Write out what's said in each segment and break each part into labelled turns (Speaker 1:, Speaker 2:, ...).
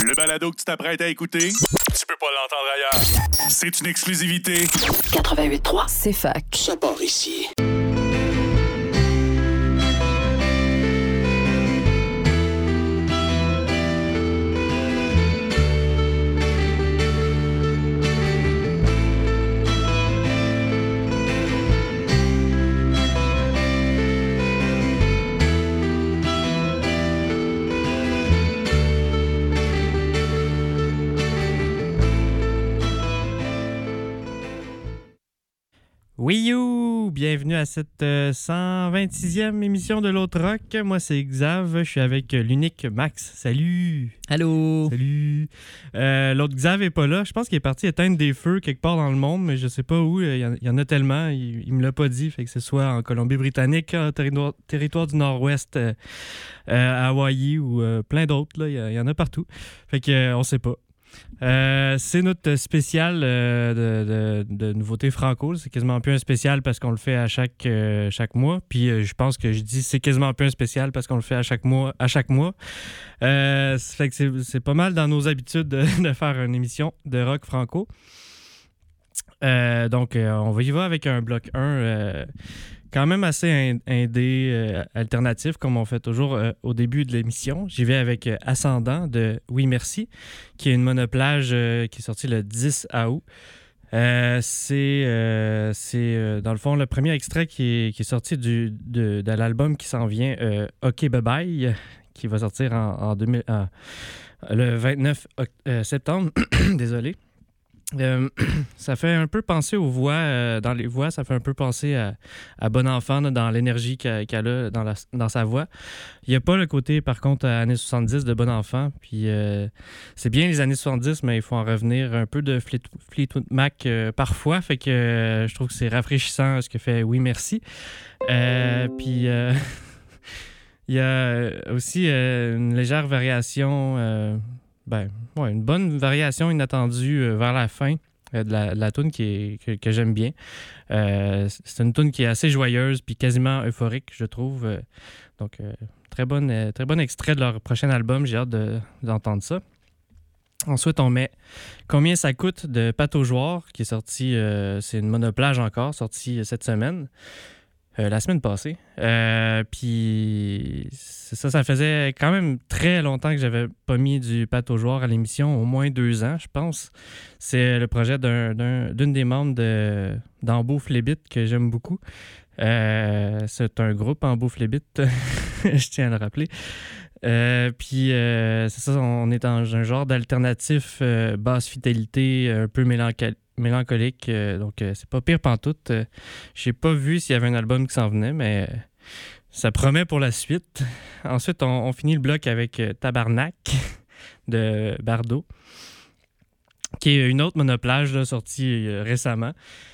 Speaker 1: Le balado que tu t'apprêtes à écouter, tu peux pas l'entendre ailleurs. C'est une exclusivité.
Speaker 2: 88.3, c'est fac.
Speaker 3: Ça part ici.
Speaker 4: Oui, bienvenue à cette 126e émission de l'Autre Rock. Moi, c'est Xav, je suis avec l'unique Max. Salut!
Speaker 5: Allô!
Speaker 4: Salut! L'autre Xav est pas là. Je pense qu'il est parti éteindre des feux quelque part dans le monde, mais je sais pas où. Il y en a tellement. Il me l'a pas dit. Fait que ce soit en Colombie-Britannique, en territoire du Nord-Ouest, à Hawaï ou plein d'autres. Là. Il y en a partout. Fait que on sait pas. C'est notre spécial de nouveautés franco. C'est quasiment un peu un spécial parce qu'on le fait à chaque mois. Puis je pense que je dis c'est quasiment un peu un spécial parce qu'on le fait à chaque mois. Fait que c'est pas mal dans nos habitudes de faire une émission de rock franco. Donc on va y voir avec un bloc 1 quand même assez indé alternatif, comme on fait toujours au début de l'émission. J'y vais avec Ascendant de Oui Merci, qui est une monoplage qui est sortie le 10 août. C'est dans le fond le premier extrait qui est sorti de l'album qui s'en vient, OK Bye Bye, qui va sortir le 29 septembre. Désolé. Ça fait un peu penser aux voix, dans les voix, ça fait un peu penser à Bon Enfant là, dans l'énergie qu'elle a dans sa voix. Il n'y a pas le côté, par contre, années 70 de Bon Enfant. Puis c'est bien les années 70, mais il faut en revenir un peu de Fleetwood Mac parfois. Fait que je trouve que c'est rafraîchissant ce que fait Oui Merci. Puis il y a aussi une légère variation... une bonne variation inattendue vers la fin de la toune que j'aime bien. C'est une toune qui est assez joyeuse puis quasiment euphorique, je trouve. Donc, très bon extrait de leur prochain album. J'ai hâte d'entendre ça. Ensuite, on met Combien ça coûte de Pat au Joueur, qui est sorti, c'est une monoplage encore, sortie cette semaine. La semaine passée. Puis ça faisait quand même très longtemps que j'avais pas mis du Pat au Joueur à l'émission, au moins 2 ans, je pense. C'est le projet d'une des membres d'Ambo Flébit que j'aime beaucoup. C'est un groupe Ambo Flébit, je tiens à le rappeler. Puis c'est ça, on est dans un genre d'alternatif basse fidélité, un peu mélancolique, donc c'est pas pire pantoute. J'ai pas vu s'il y avait un album qui s'en venait, mais ça promet pour la suite. Ensuite, on finit le bloc avec Tabarnak de Bardot, qui est une autre monoplage là, sortie récemment.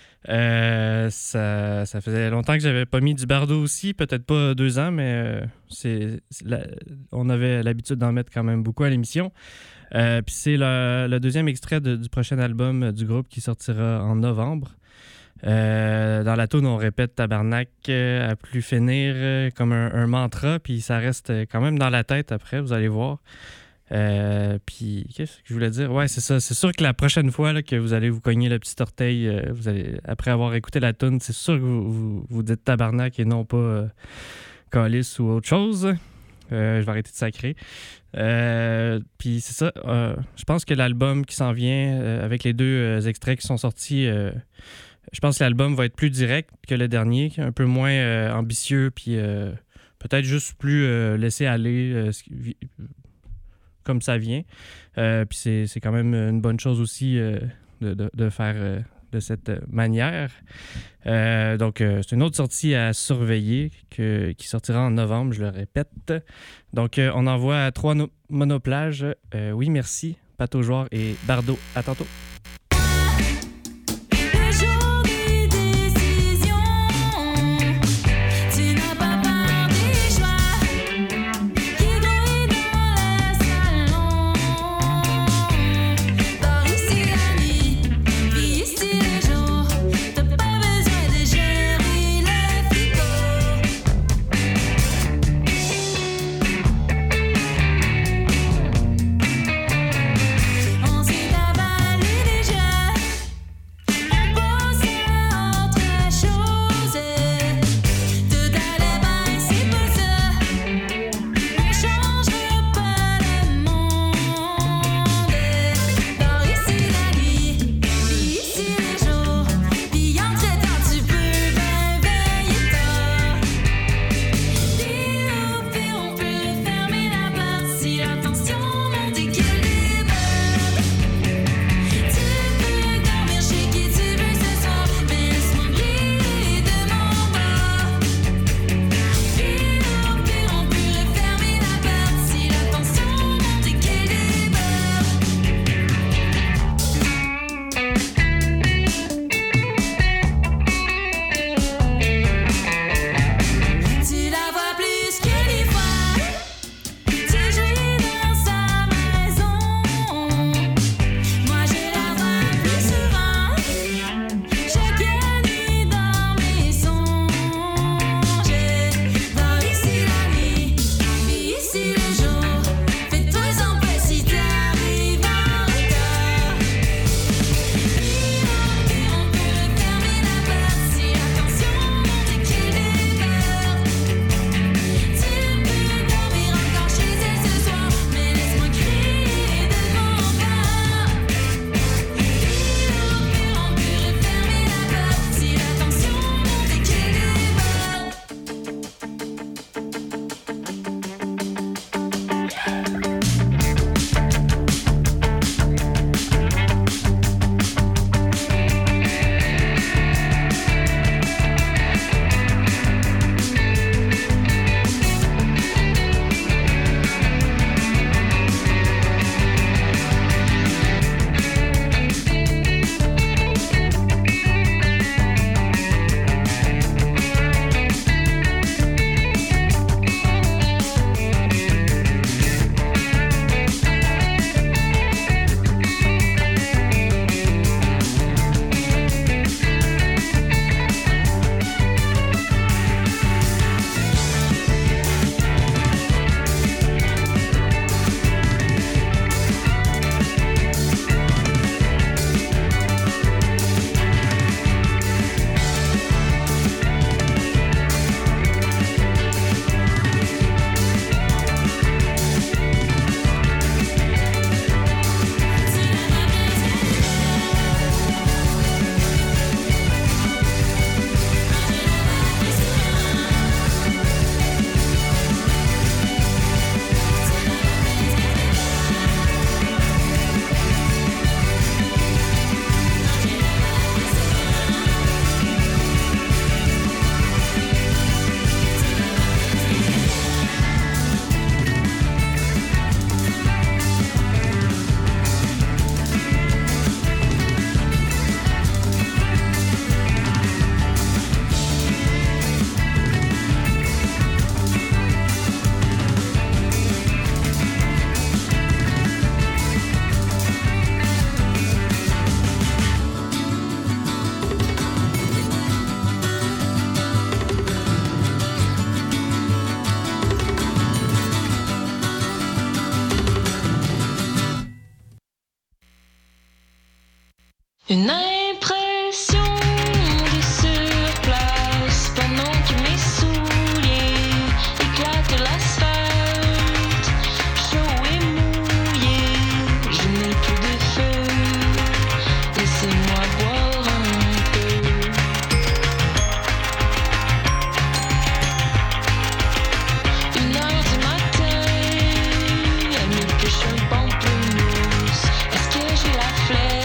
Speaker 4: Ça faisait longtemps que j'avais pas mis du Bardot aussi, peut-être pas 2 ans, mais on avait l'habitude d'en mettre quand même beaucoup à l'émission. Puis c'est le deuxième extrait du prochain album du groupe qui sortira en novembre. Dans la toune, on répète Tabarnak à plus finir comme un mantra, puis ça reste quand même dans la tête après, vous allez voir. Puis, qu'est-ce que je voulais dire? Ouais, c'est ça. C'est sûr que la prochaine fois là, que vous allez vous cogner le petit orteil, vous allez, après avoir écouté la toune, c'est sûr que vous dites Tabarnak et non pas Calice ou autre chose. Je vais arrêter de sacrer. Puis c'est ça. Je pense que l'album qui s'en vient avec les 2 extraits qui sont sortis, je pense que l'album va être plus direct que le dernier, un peu moins ambitieux, puis peut-être juste plus laisser aller comme ça vient. Puis c'est quand même une bonne chose aussi de faire de cette manière. Donc, c'est une autre sortie à surveiller qui sortira en novembre, je le répète. Donc, on envoie à 3 monoplages. Oui, merci, Pat au Joueur et Bardot. À tantôt.
Speaker 3: Une impression de surplace pendant que mes souliers éclatent l'asphalte, chaud et mouillé. Je n'ai plus de feu, laissez-moi boire un peu. Une heure du matin, elle me pêche un pamplemousse. Est-ce que j'ai la flemme?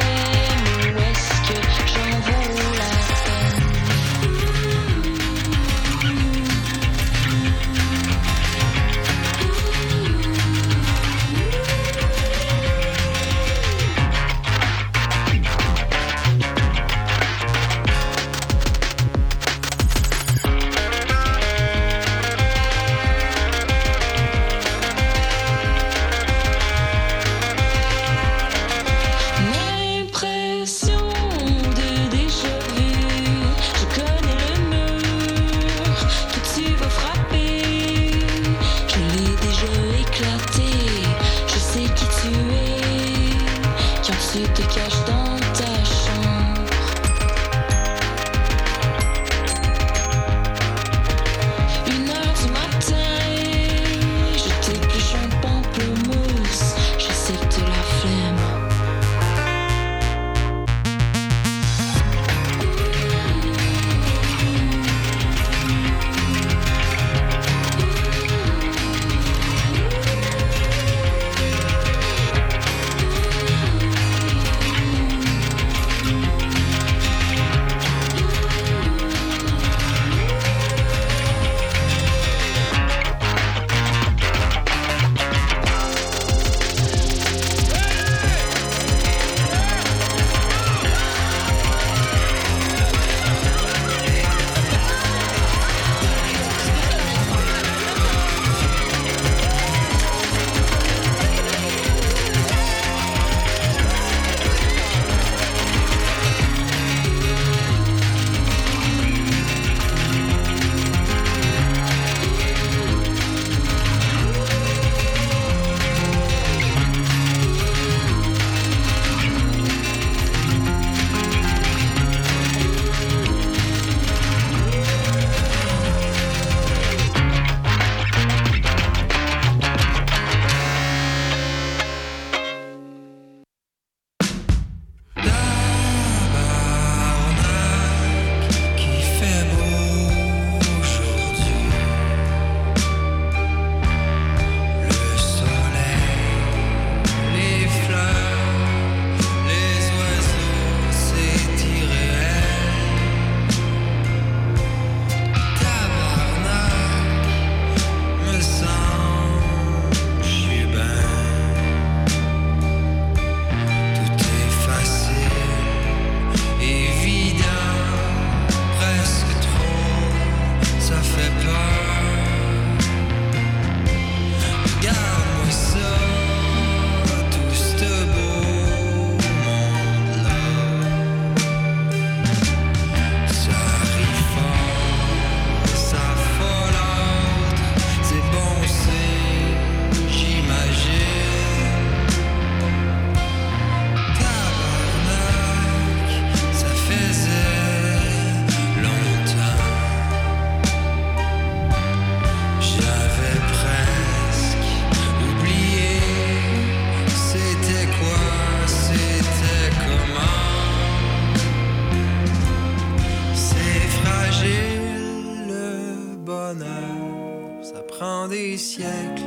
Speaker 5: des siècles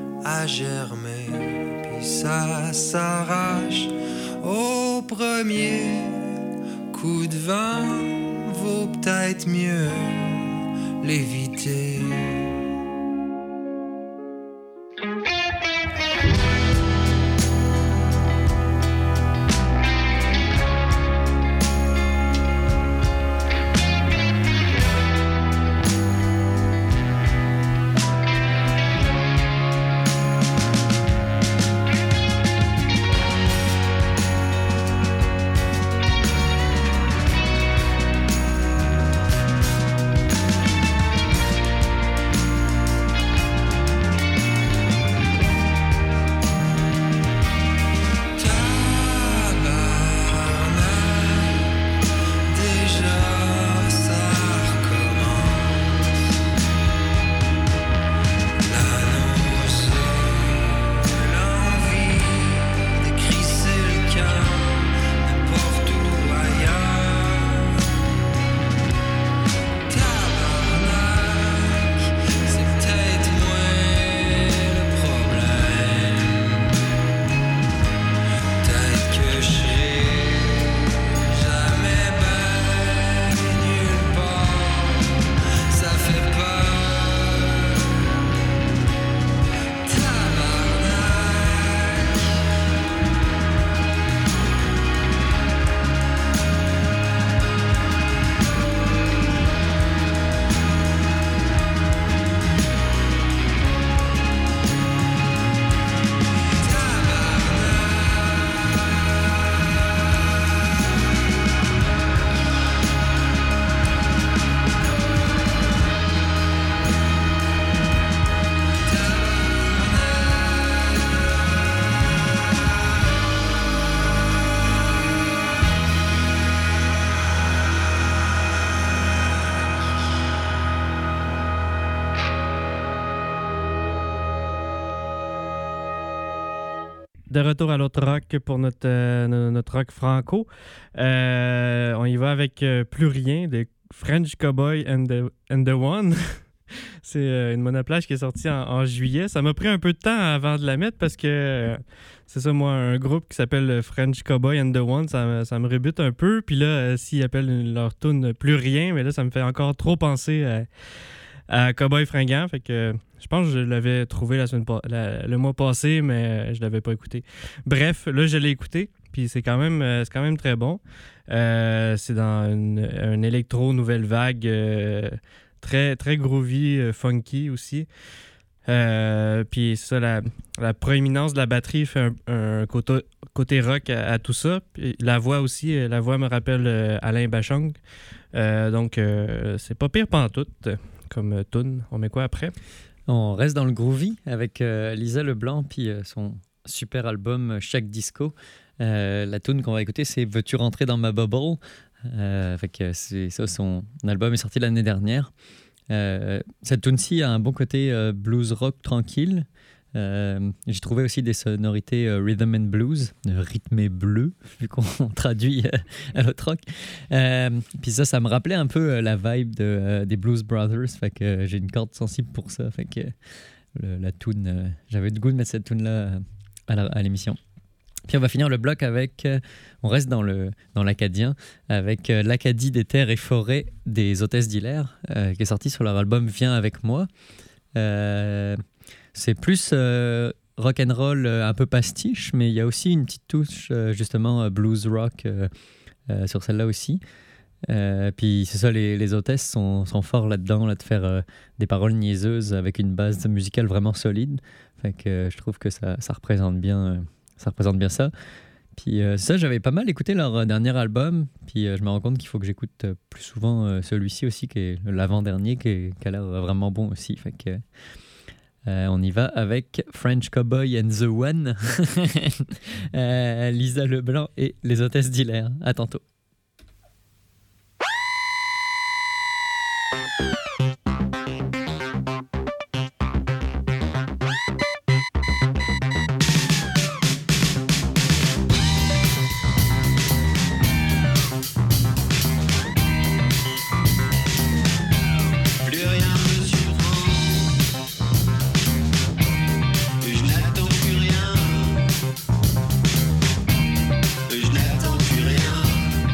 Speaker 5: à germer, puis ça s'arrache au premier coup de vent. Vaut peut-être mieux l'éviter.
Speaker 4: De retour à l'autre rock pour notre rock franco. On y va avec Plus rien de French Cowboy and the One. C'est une monoplage qui est sortie en juillet. Ça m'a pris un peu de temps avant de la mettre parce que c'est ça, moi, un groupe qui s'appelle French Cowboy and the One, ça me rebute un peu. Puis là, s'ils appellent leur tune Plus rien, mais là, ça me fait encore trop penser à Cowboy Fringant. Fait que je pense que je l'avais trouvé le mois passé, mais je l'avais pas écouté. Bref, là, je l'ai écouté. Puis c'est quand même très bon. C'est dans un électro nouvelle vague très, très groovy, funky aussi. Puis ça, la proéminence de la batterie fait un côté rock à tout ça. Puis la voix aussi, la voix me rappelle Alain Bachung. Donc, c'est pas pire pantoute comme tune. On met quoi après?
Speaker 6: On reste dans le groovy avec Lisa Leblanc puis son super album Chaque Disco. La tune qu'on va écouter, c'est Veux-tu rentrer dans ma bubble? Fait que c'est ça, son album est sorti l'année dernière. Cette tune-ci a un bon côté blues rock tranquille. J'ai trouvé aussi des sonorités rhythm and blues, rythmé bleu, vu qu'on traduit à l'autre rock. Puis ça me rappelait un peu la vibe des Blues Brothers. Fait que j'ai une corde sensible pour ça. Fait que la tune, j'avais le goût de mettre cette tune-là à l'émission. Puis on va finir le bloc avec, on reste dans l'acadien, avec l'Acadie des terres et forêts des Hôtesses d'Hilaire, qui est sorti sur leur album Viens avec moi. C'est plus rock'n'roll un peu pastiche, mais il y a aussi une petite touche justement blues rock sur celle-là aussi. Puis c'est ça, les hôtesses sont forts là-dedans, là, de faire des paroles niaiseuses avec une base musicale vraiment solide. Fait que je trouve que ça représente bien ça. Puis ça, j'avais pas mal écouté leur dernier album, puis je me rends compte qu'il faut que j'écoute plus souvent celui-ci aussi, qui est l'avant-dernier, qui a l'air vraiment bon aussi. Fait que on y va avec French Cowboy and the One, Lisa Leblanc et les Hôtesses d'Hilaire. À tantôt.
Speaker 5: Je n'attends plus rien.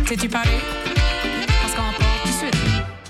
Speaker 7: T'es-tu paré? Parce qu'on part tout de suite.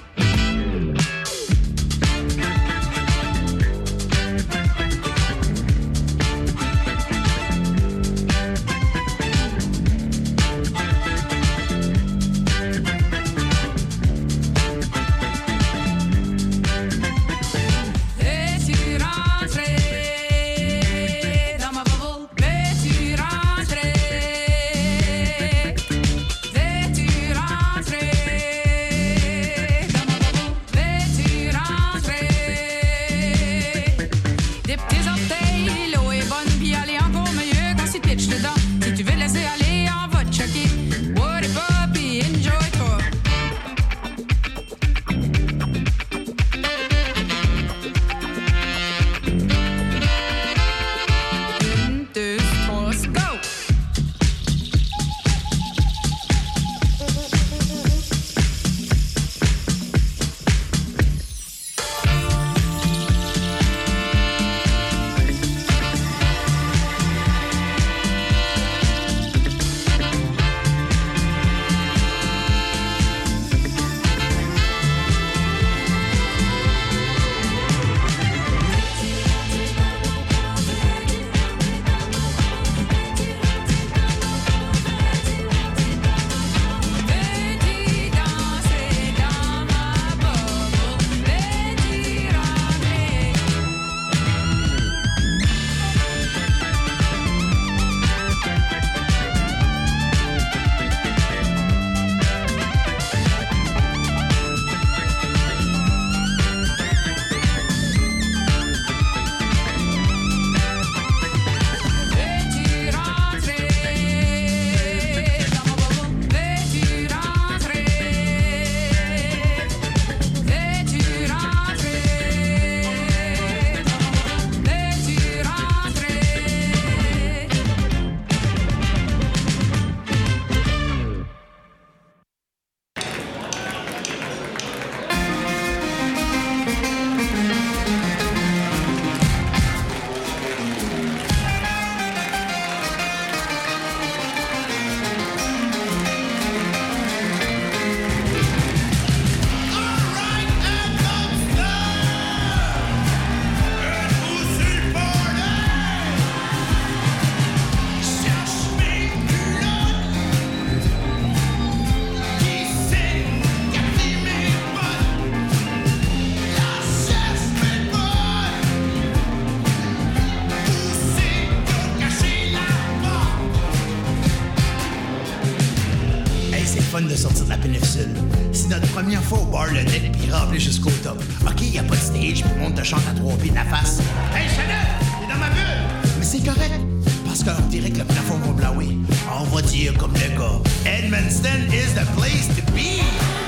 Speaker 8: De sortir de la péninsule. C'est notre première fois au bar le deck puis rempli jusqu'au top. Ok, y a pas de stage, puis le monde te chante à 3 pieds de la face. Hey Chanel, t'es dans ma bulle! Mais c'est correct, parce qu'on dirait que le plafond va blower. On va dire comme le gars, Edmundston is the place to be!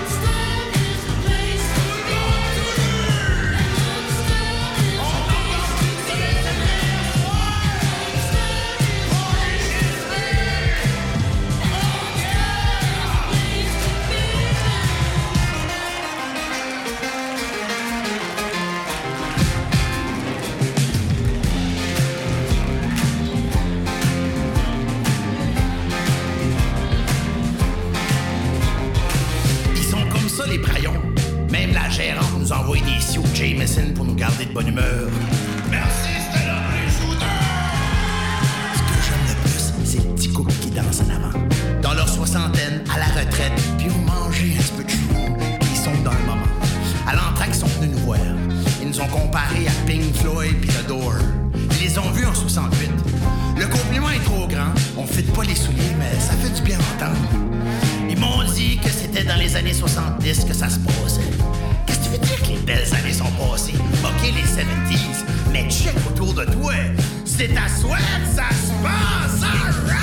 Speaker 8: Nous envoie des sioux Jameson pour nous garder de bonne humeur. Merci, c'était là pour les shooters! Ce que j'aime le plus, c'est les petits couples qui dansent en avant. Dans leur soixantaine, à la retraite, puis ont mangé un petit peu de chou. Ils sont dans le moment. À l'entraque, ils sont venus nous voir. Ils nous ont comparé à Pink Floyd puis The Doors. Ils les ont vus en 68. Le compliment est trop grand. On fit pas les souliers, mais ça fait du bien entendre. Ils m'ont dit que c'était dans les années 70 que ça se passait. Qu'est-ce que tu veux dire que les belles années sont passées? OK, les 70s, mais check autour de toi. C'est à souhait, ça se passe, alright!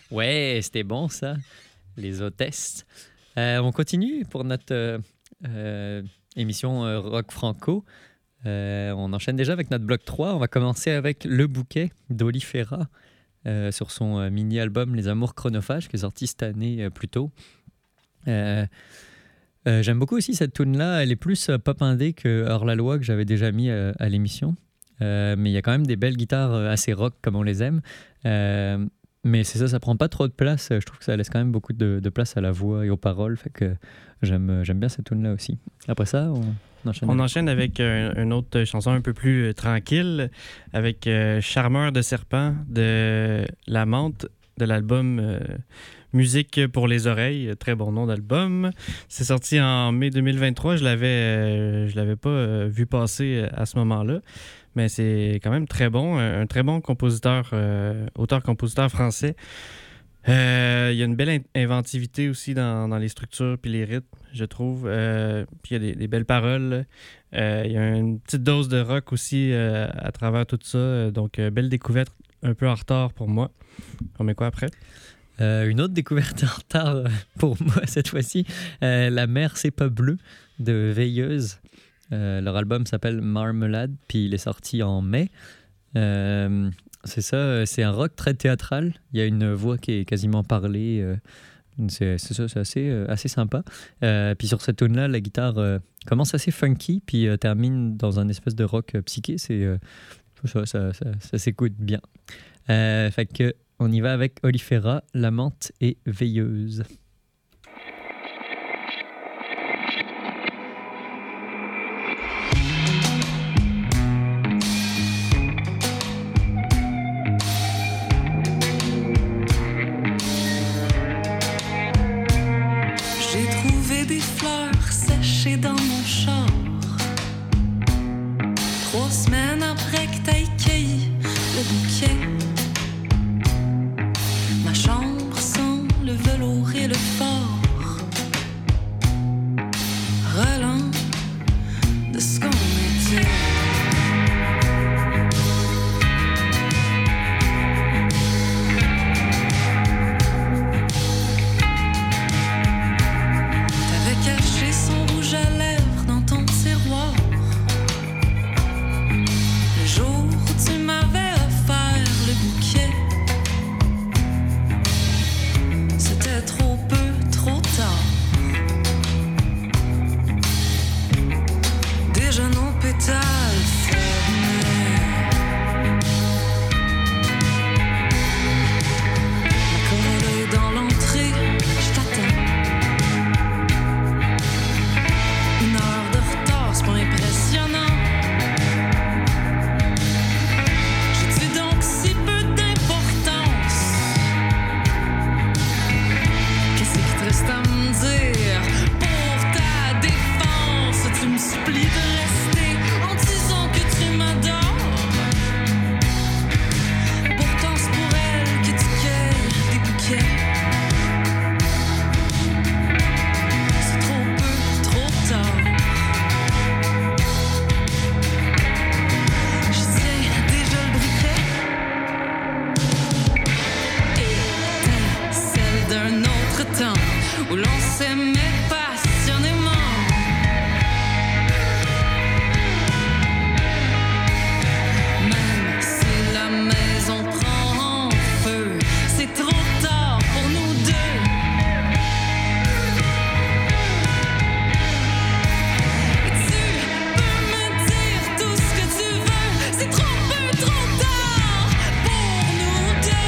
Speaker 6: Ouais, c'était bon ça, les hôtesses. On continue pour notre émission Rock Franco. On enchaîne déjà avec notre bloc 3. On va commencer avec Le Bouquet d'Olifera sur son mini-album Les Amours Chronophages qui est sorti cette année plus tôt. J'aime beaucoup aussi cette tune-là. Elle est plus pop indé que Hors-la-Loi que j'avais déjà mis à l'émission. Mais il y a quand même des belles guitares assez rock comme on les aime. Mais c'est ça prend pas trop de place. Je trouve que ça laisse quand même beaucoup de place à la voix et aux paroles. Fait que j'aime bien cette tune-là aussi. Après ça, on enchaîne
Speaker 4: avec une autre chanson un peu plus tranquille, avec Charmeur de serpent de La Menthe, de l'album Musique pour les oreilles. Très bon nom d'album. C'est sorti en mai 2023. Je l'avais pas vu passer à ce moment-là. Mais c'est quand même très bon. Un très bon compositeur, auteur-compositeur français. Il y a une belle inventivité aussi dans les structures puis les rythmes, je trouve. Puis il y a des belles paroles. Il y a une petite dose de rock aussi à travers tout ça. Donc, belle découverte, un peu en retard pour moi. On met quoi après?
Speaker 6: Une autre découverte en retard pour moi cette fois-ci. La mer, c'est pas bleu de Veilleuse. Leur album s'appelle Marmelade, puis il est sorti en mai. C'est ça, c'est un rock très théâtral. Il y a une voix qui est quasiment parlée. C'est assez sympa. Puis sur cette tune-là, la guitare commence assez funky, puis termine dans un espèce de rock psyché. Ça s'écoute bien. Fait que on y va avec Olifera, La Menthe et Veilleuse.
Speaker 9: Dans mon char 3 semaines après que t'ailles cueilli le bouquet, ma chambre sent le velours et le fort, relent de ce qu'on était. Où l'on s'aimait passionnément. Même si la maison prend en feu, c'est trop tard pour nous deux. Et tu peux me dire tout ce que tu veux, c'est trop peu, trop tard pour nous deux.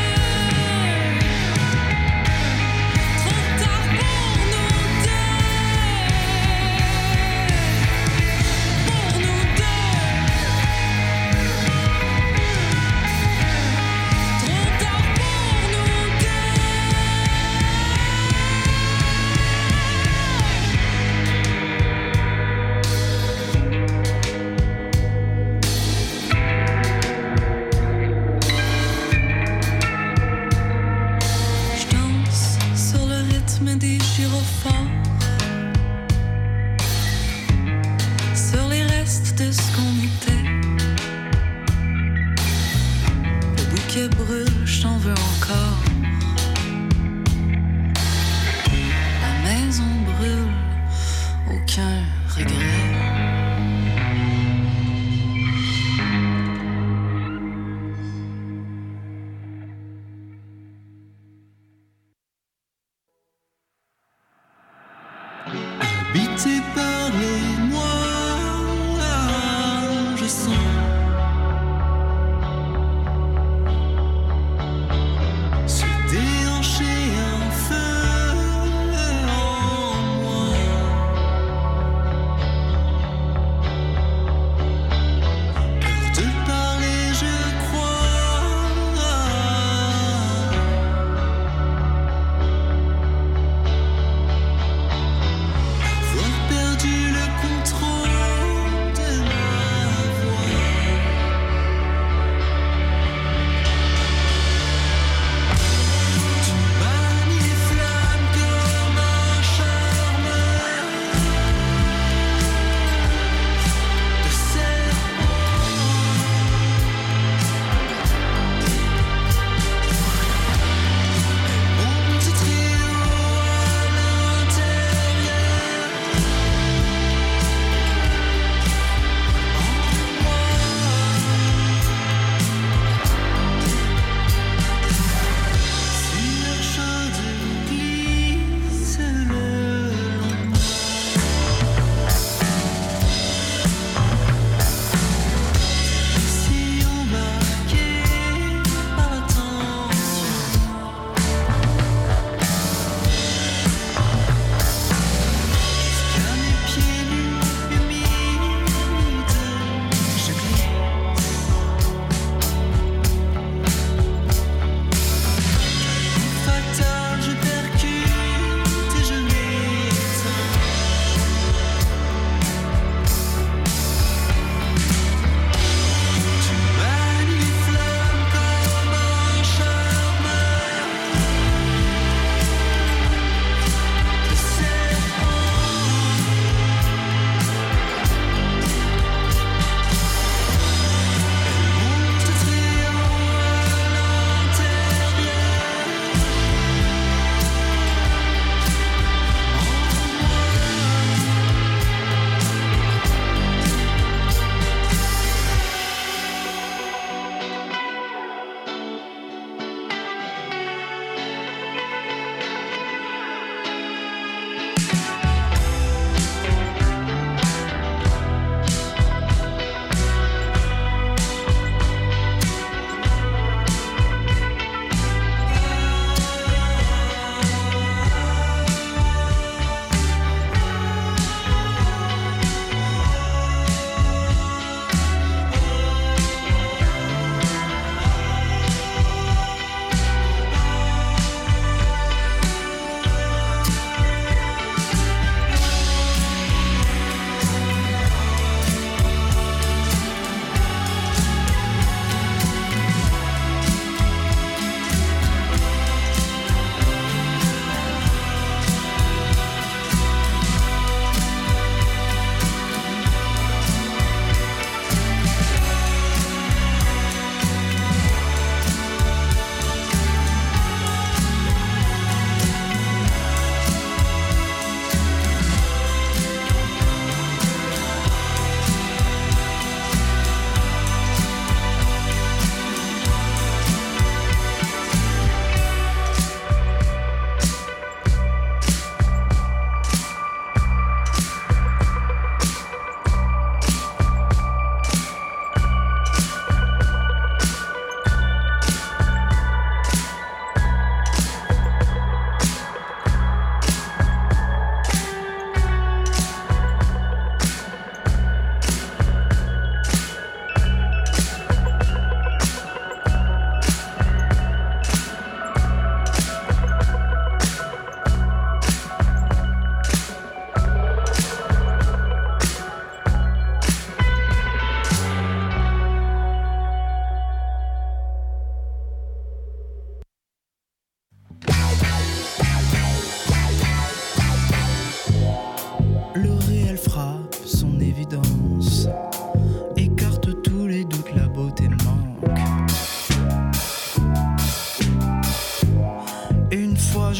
Speaker 9: Des gyrophares sur les restes de ce qu'on était. Le bouquet brûle, je t'en veux encore.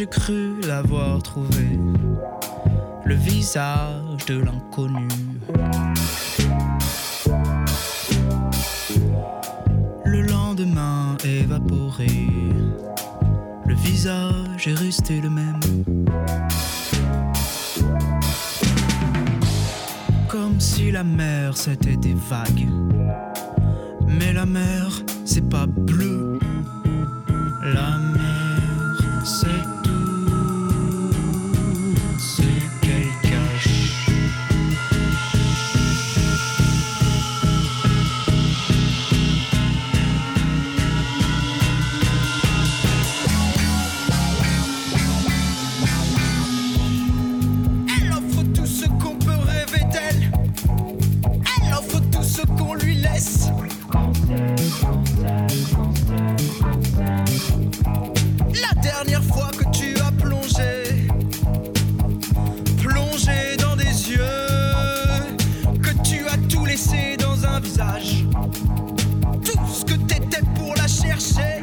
Speaker 10: j'ai cru l'avoir trouvé, le visage de l'inconnu. Le lendemain évaporé, le visage est resté le même. Comme si la mer c'était des vagues, mais la mer c'est pas bleu. La mer c'est tout ce qu'elle cache. Elle offre tout ce qu'on peut rêver d'elle. Elle offre tout ce qu'on lui laisse. La dernière fois que tu as plongé dans des yeux, que tu as tout laissé dans un visage, tout ce que t'étais pour la chercher.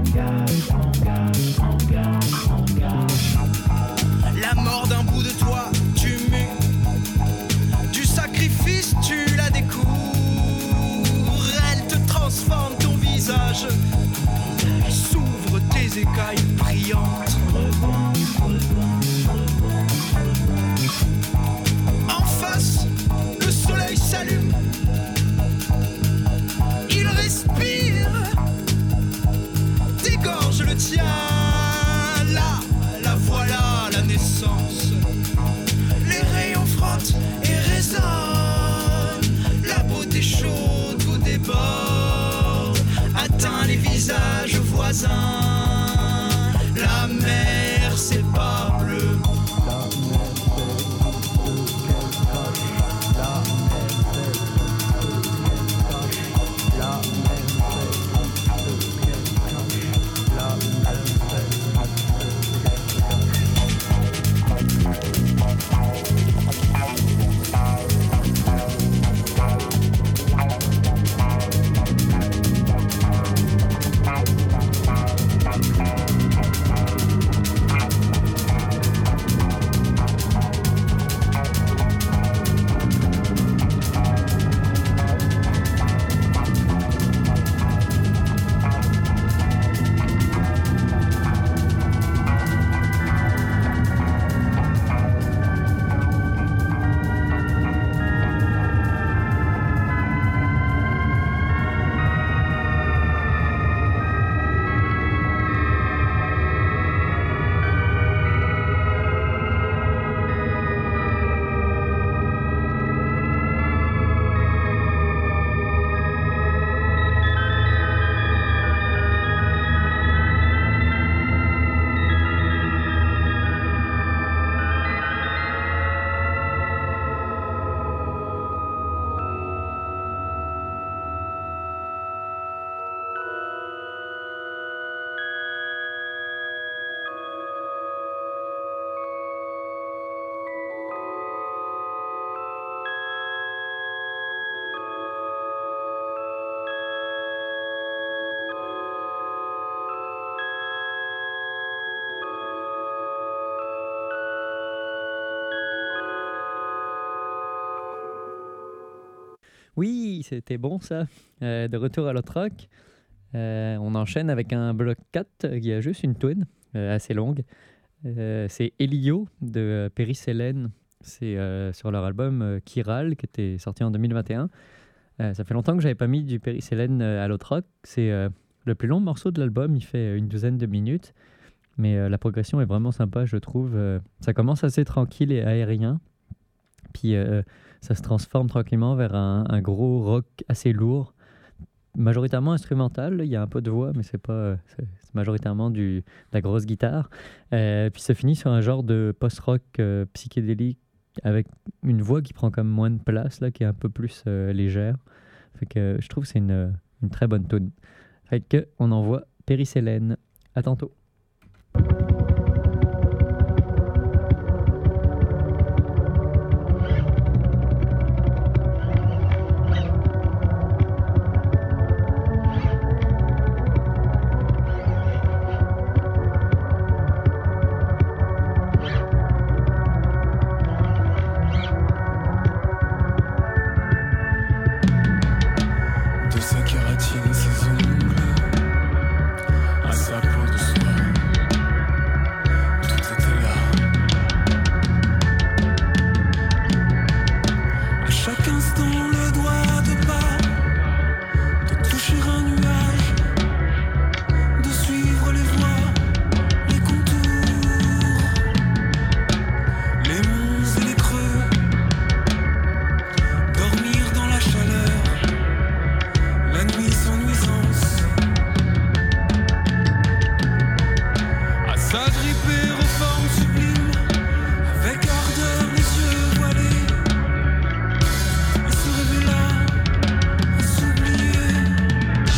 Speaker 10: La mort d'un bout de toi, tu mues, du sacrifice tu la découvres. Elle te transforme ton visage, s'ouvre tes écailles brillantes. En face, le soleil s'allume, il respire, dégorge le tien. Là, la voilà la naissance. Les rayons frottent et résonnent, la beauté chaude vous déborde, atteint les visages voisins. La mer c'est pas bleu.
Speaker 6: Oui, c'était bon ça. De retour à l'autre rock. On enchaîne avec un bloc 4 qui a juste une twin assez longue. C'est Elio de Péris-Hélène. C'est sur leur album Chiral qui était sorti en 2021. Ça fait longtemps que j'avais pas mis du Péris-Hélène à l'autre rock. C'est le plus long morceau de l'album. Il fait une douzaine de minutes. Mais la progression est vraiment sympa, je trouve. Ça commence assez tranquille et aérien. Puis ça se transforme tranquillement vers un gros rock assez lourd, majoritairement instrumental. Il y a un peu de voix, mais c'est majoritairement de la grosse guitare. Puis ça finit sur un genre de post-rock psychédélique avec une voix qui prend comme moins de place, là, qui est un peu plus légère. Fait que je trouve que c'est une très bonne tune. Fait que on envoie Péris-Hélène. À tantôt.
Speaker 11: kératine ses ongles, à sa peau de soie. Tout était là. À chaque instant, le doigt de pas, de toucher un nuage, de suivre les voies, les contours, les monts et les creux, dormir dans la chaleur, la nuit sans nuisance, à s'agripper aux formes sublimes, avec ardeur les yeux voilés, à se rêver là, à s'oublier.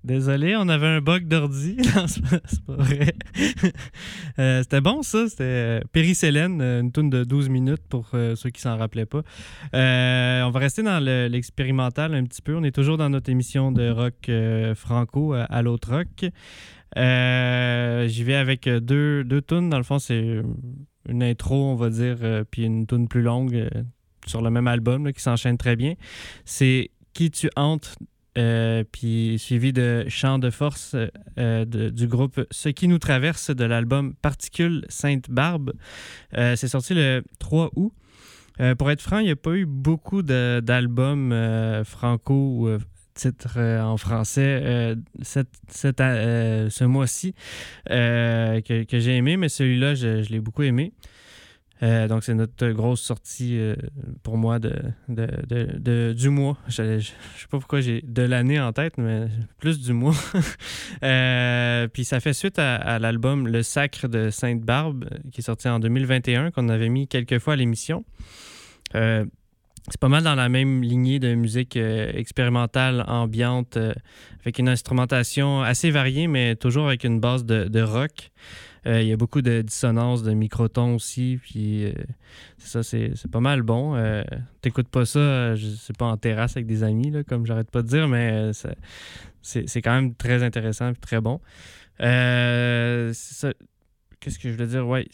Speaker 4: Désolé, on avait un bug d'ordi. Non, c'est pas vrai. C'était bon, ça. C'était Péricélène, une toune de 12 minutes pour ceux qui s'en rappelaient pas. On va rester dans l'expérimental un petit peu. On est toujours dans notre émission de rock franco à l'autre rock. J'y vais avec deux tounes. Dans le fond, c'est une intro, on va dire, puis une toune plus longue sur le même album là, qui s'enchaîne très bien. C'est Qui tu hantes, puis suivi de Chant de force du groupe Ce qui nous traverse de l'album Particules Sainte-Barbe. C'est sorti le 3 août. Pour être franc, il n'y a pas eu beaucoup d'albums franco ou titres en français ce mois-ci que j'ai aimé, mais celui-là, je l'ai beaucoup aimé. Donc, c'est notre grosse sortie pour moi du mois. Je sais pas pourquoi j'ai de l'année en tête, mais plus du mois. Puis ça fait suite à l'album Le Sacre de Sainte-Barbe, qui est sorti en 2021, qu'on avait mis quelques fois à l'émission. C'est pas mal dans la même lignée de musique expérimentale, ambiante, avec une instrumentation assez variée, mais toujours avec une base de rock. Il y a beaucoup de dissonances, de microtons aussi, puis c'est ça, c'est pas mal bon. T'écoutes pas ça, je sais pas, en terrasse avec des amis, là, comme j'arrête pas de dire, mais c'est quand même très intéressant et très bon. C'est ça. Qu'est-ce que je voulais dire? Ouais,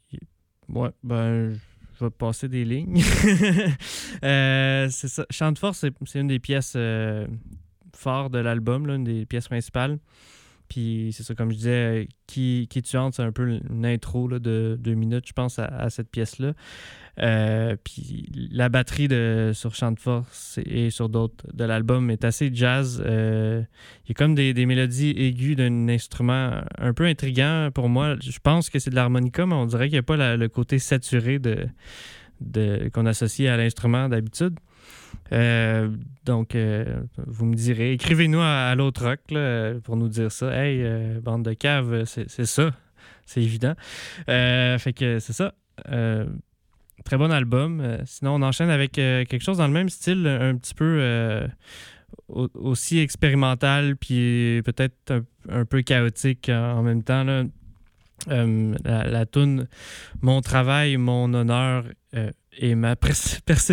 Speaker 4: je vais passer des lignes. C'est ça. Chant de force, c'est une des pièces fortes de l'album, là, une des pièces principales. Puis c'est ça, comme je disais, qui tu hantes, c'est un peu une intro là, de 2 minutes, je pense, à cette pièce-là. Puis la batterie sur Chant de force et sur d'autres de l'album est assez jazz. Il y a comme des mélodies aiguës d'un instrument un peu intriguant pour moi. Je pense que c'est de l'harmonica, mais on dirait qu'il n'y a pas le côté saturé qu'on associe à l'instrument d'habitude. Donc, vous me direz, écrivez-nous à l'autre rock là, pour nous dire ça. Hey, bande de caves, c'est ça. C'est évident. Fait que c'est ça. Très bon album. Sinon, on enchaîne avec quelque chose dans le même style, un petit peu aussi expérimental, puis peut-être un peu chaotique en même temps. Là. La toune « Mon travail, mon honneur et ma persévérance ».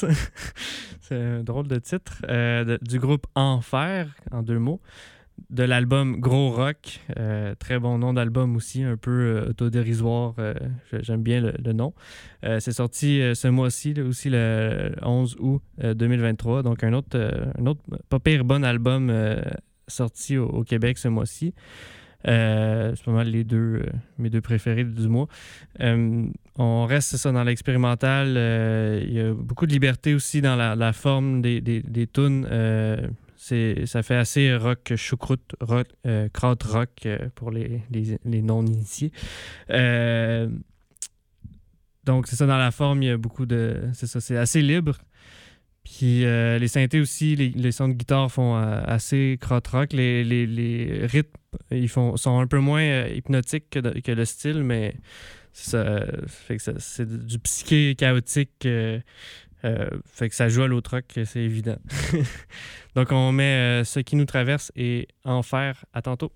Speaker 4: C'est un drôle de titre. Du groupe Enfer, en 2 mots. De l'album Gros Rock. Très bon nom d'album aussi, un peu autodérisoire. J'aime bien le nom. C'est sorti ce mois-ci, là, aussi le 11 août 2023. Donc un autre pas pire bon album sorti au Québec ce mois-ci. C'est pas mal mes deux préférés du mois. On reste ça dans l'expérimental. Il y a beaucoup de liberté aussi dans la forme des tunes. Ça fait assez rock choucroute, rock, krautrock pour les non-initiés. Donc c'est ça, dans la forme, il y a beaucoup de... C'est ça, c'est assez libre. Puis les synthés aussi, les sons de guitare font assez krautrock. Les rythmes sont un peu moins hypnotiques que le style, mais ça fait que c'est du psyché chaotique. Fait que ça joue à l'autre rock, c'est évident. Donc on met Ce qui nous traverse et Enfer. À tantôt.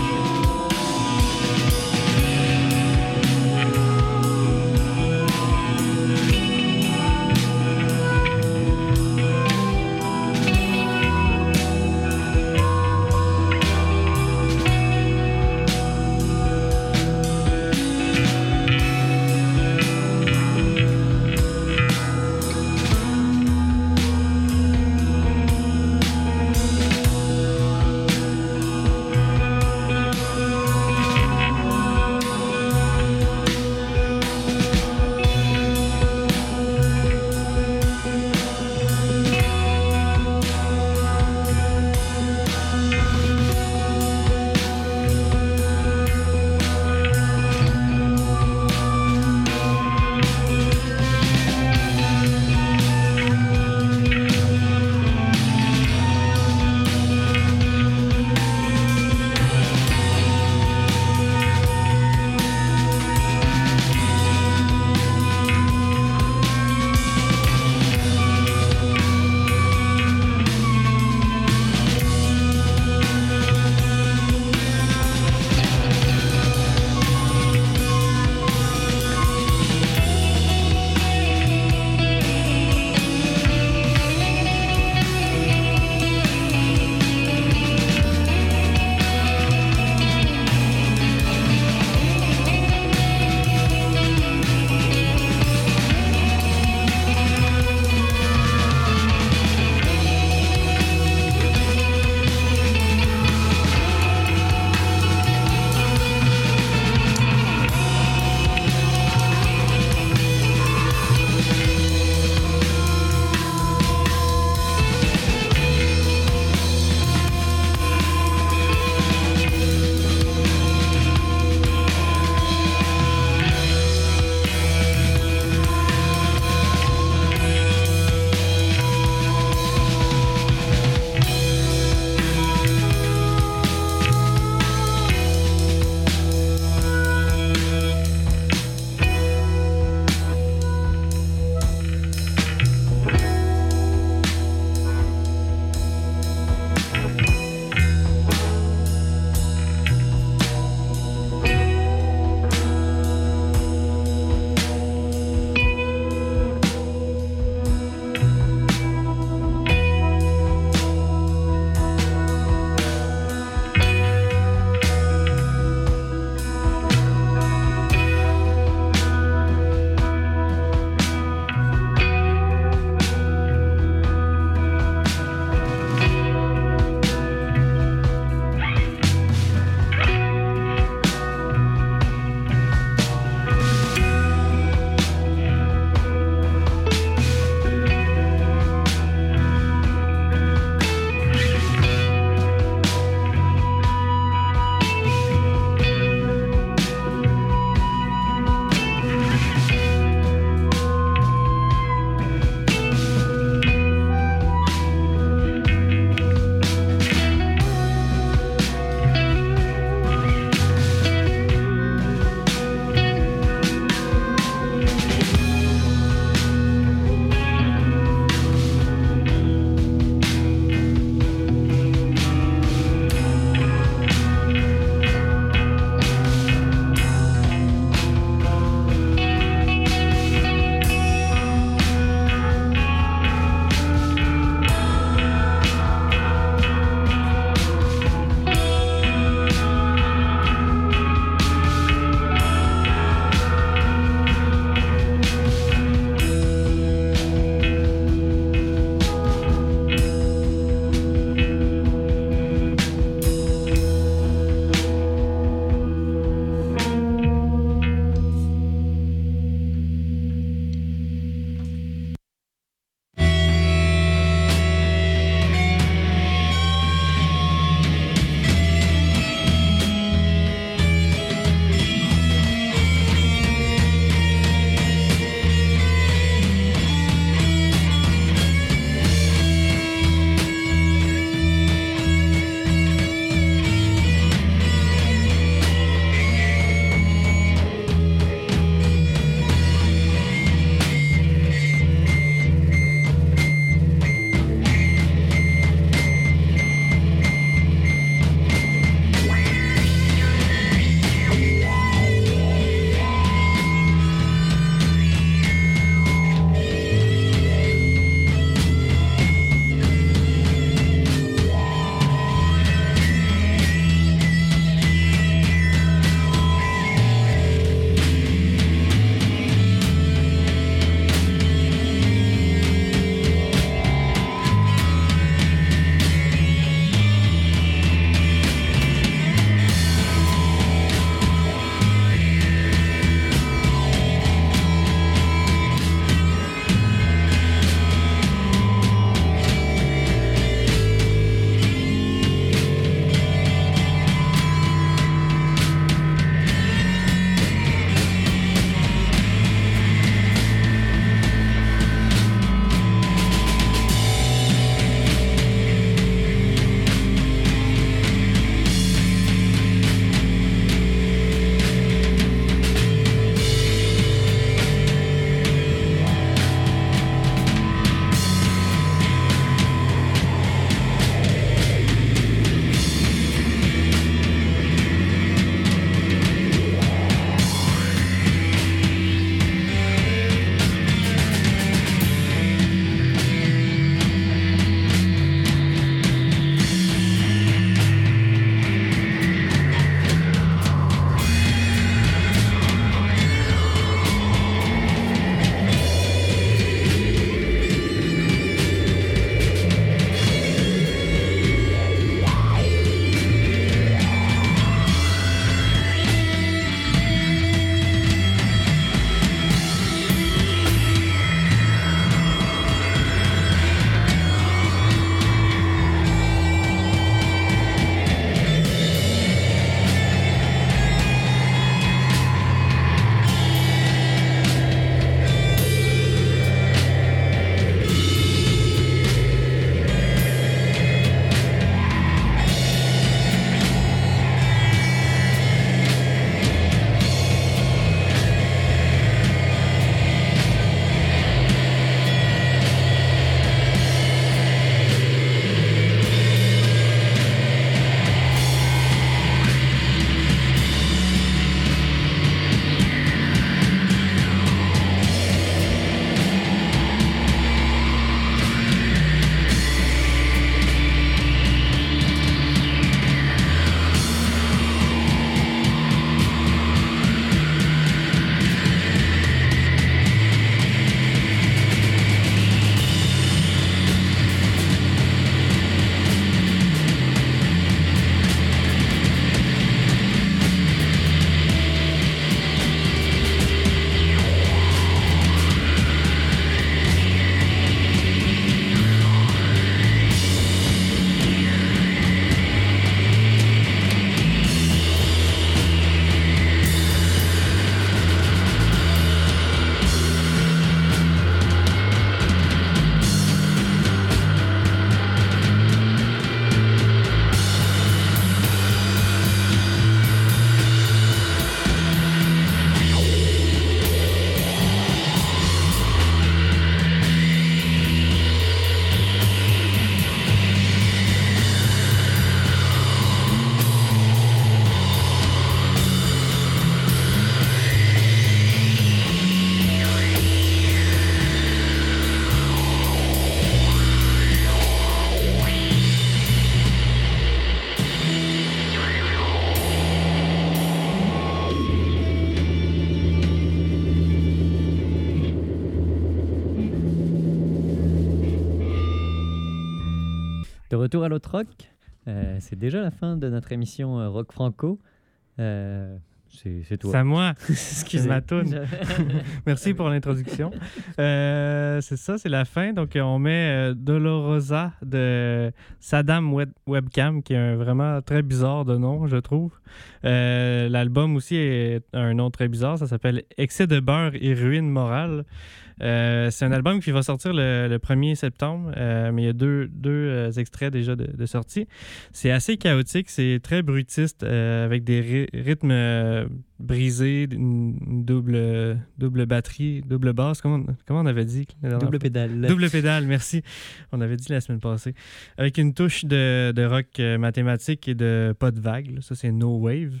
Speaker 6: retour à l'autre rock. C'est déjà la fin de notre émission Rock Franco. C'est toi.
Speaker 4: C'est à moi.
Speaker 6: Excusez.
Speaker 4: C'est ma toune. Merci pour l'introduction. C'est ça, c'est la fin. Donc, on met Dolorosa de Saddam Webcam, qui est un vraiment très bizarre de nom, je trouve. L'album aussi est un nom très bizarre. Ça s'appelle Excès de beurre et ruine morale. C'est un album qui va sortir le 1er septembre, mais il y a deux extraits déjà de sortie. C'est assez chaotique, c'est très brutiste, avec des rythmes brisés, une double batterie, double basse, comment on avait dit?
Speaker 6: Double pédale.
Speaker 4: Double pédale, merci. On avait dit la semaine passée. Avec une touche de rock mathématique et de pas de vague. Là. Ça, c'est No Wave.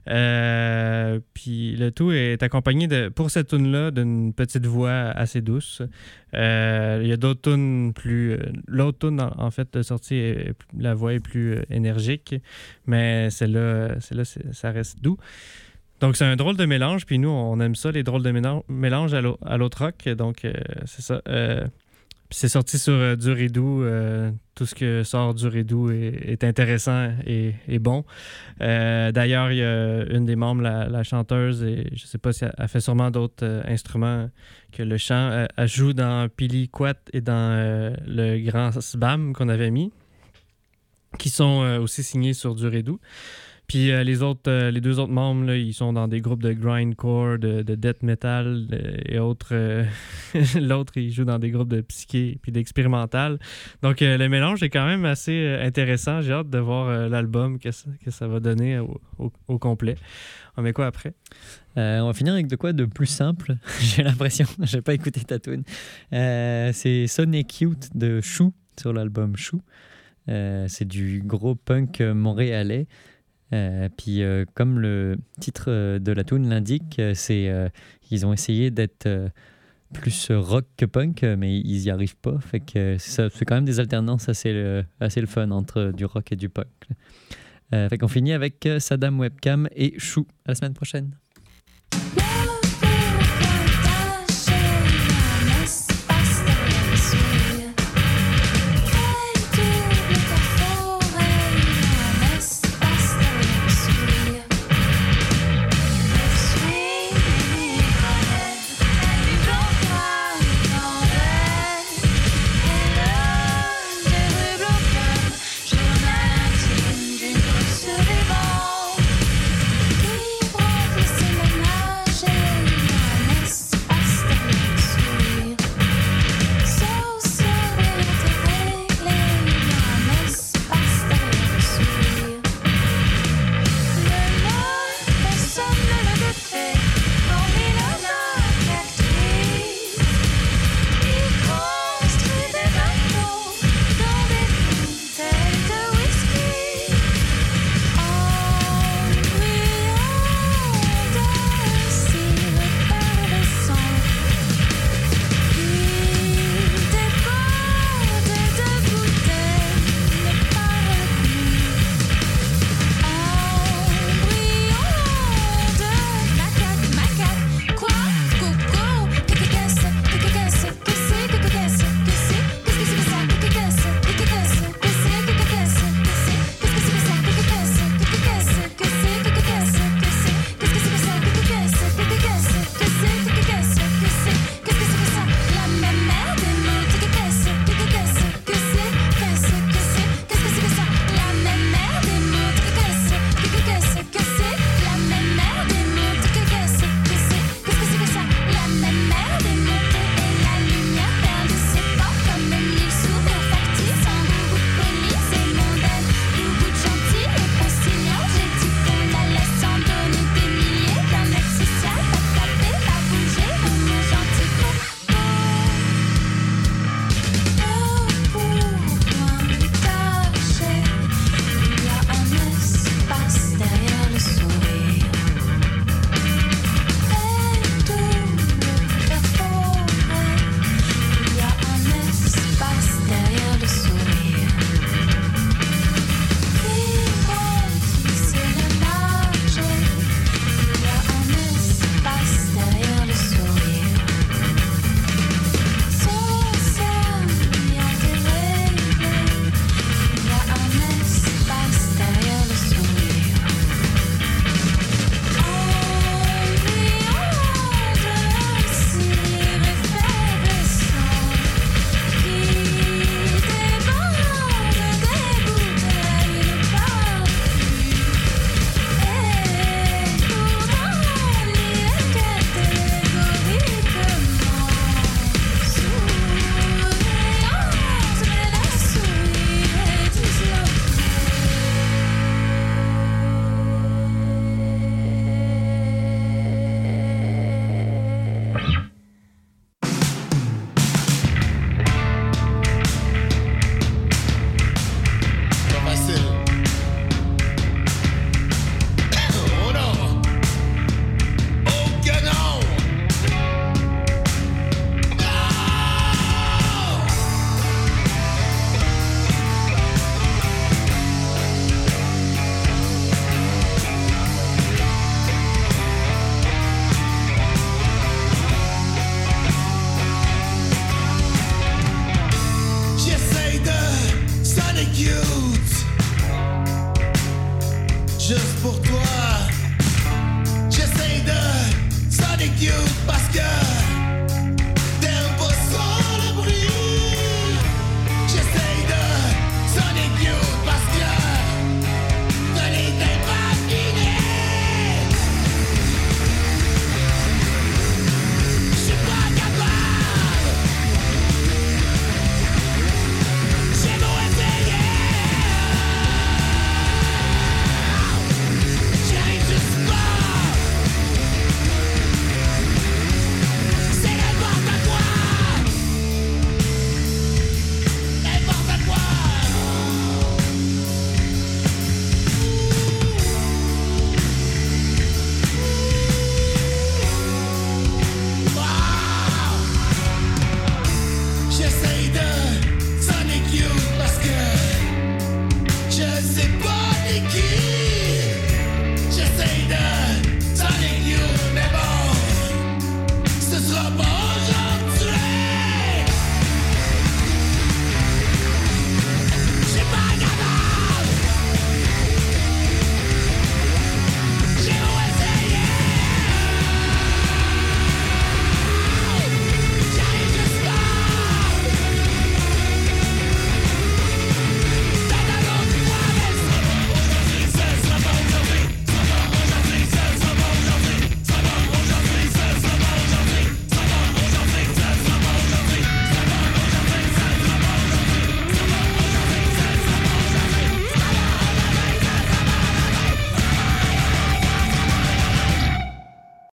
Speaker 4: Puis le tout est accompagné pour cette tune-là d'une petite voix assez douce. Il y a d'autres tunes plus... l'autre tune, en fait, de sortie, la voix est plus énergique, mais celle-là, ça reste doux. Donc, c'est un drôle de mélange, puis nous, on aime ça, les drôles de mélange à l'autre rock. Donc, c'est ça. Puis c'est sorti sur Dur et Doux. Tout ce que sort Dur et Doux est intéressant et bon. D'ailleurs, il y a une des membres, la chanteuse, et je ne sais pas si elle fait sûrement d'autres instruments que le chant. Elle joue dans Pili Quat et dans le grand SBAM qu'on avait mis, qui sont aussi signés sur Dur et Doux. Puis les deux autres membres, là, ils sont dans des groupes de grindcore, de death metal et autres. L'autre, il joue dans des groupes de psyché puis d'expérimental. Donc le mélange est quand même assez intéressant. J'ai hâte de voir l'album, que ça va donner au complet. On met quoi après?
Speaker 6: On va finir avec de quoi de plus simple. J'ai l'impression, j'ai pas écouté ta tune. C'est Sonny Cute de Chou sur l'album Chou. C'est du gros punk montréalais. Puis comme le titre de la tune l'indique, ils ont essayé d'être plus rock que punk, mais ils n'y arrivent pas. Fait que c'est quand même des alternances assez le fun entre du rock et du punk. Fait qu'on finit avec Saddam Webcam et Chou. À la semaine prochaine.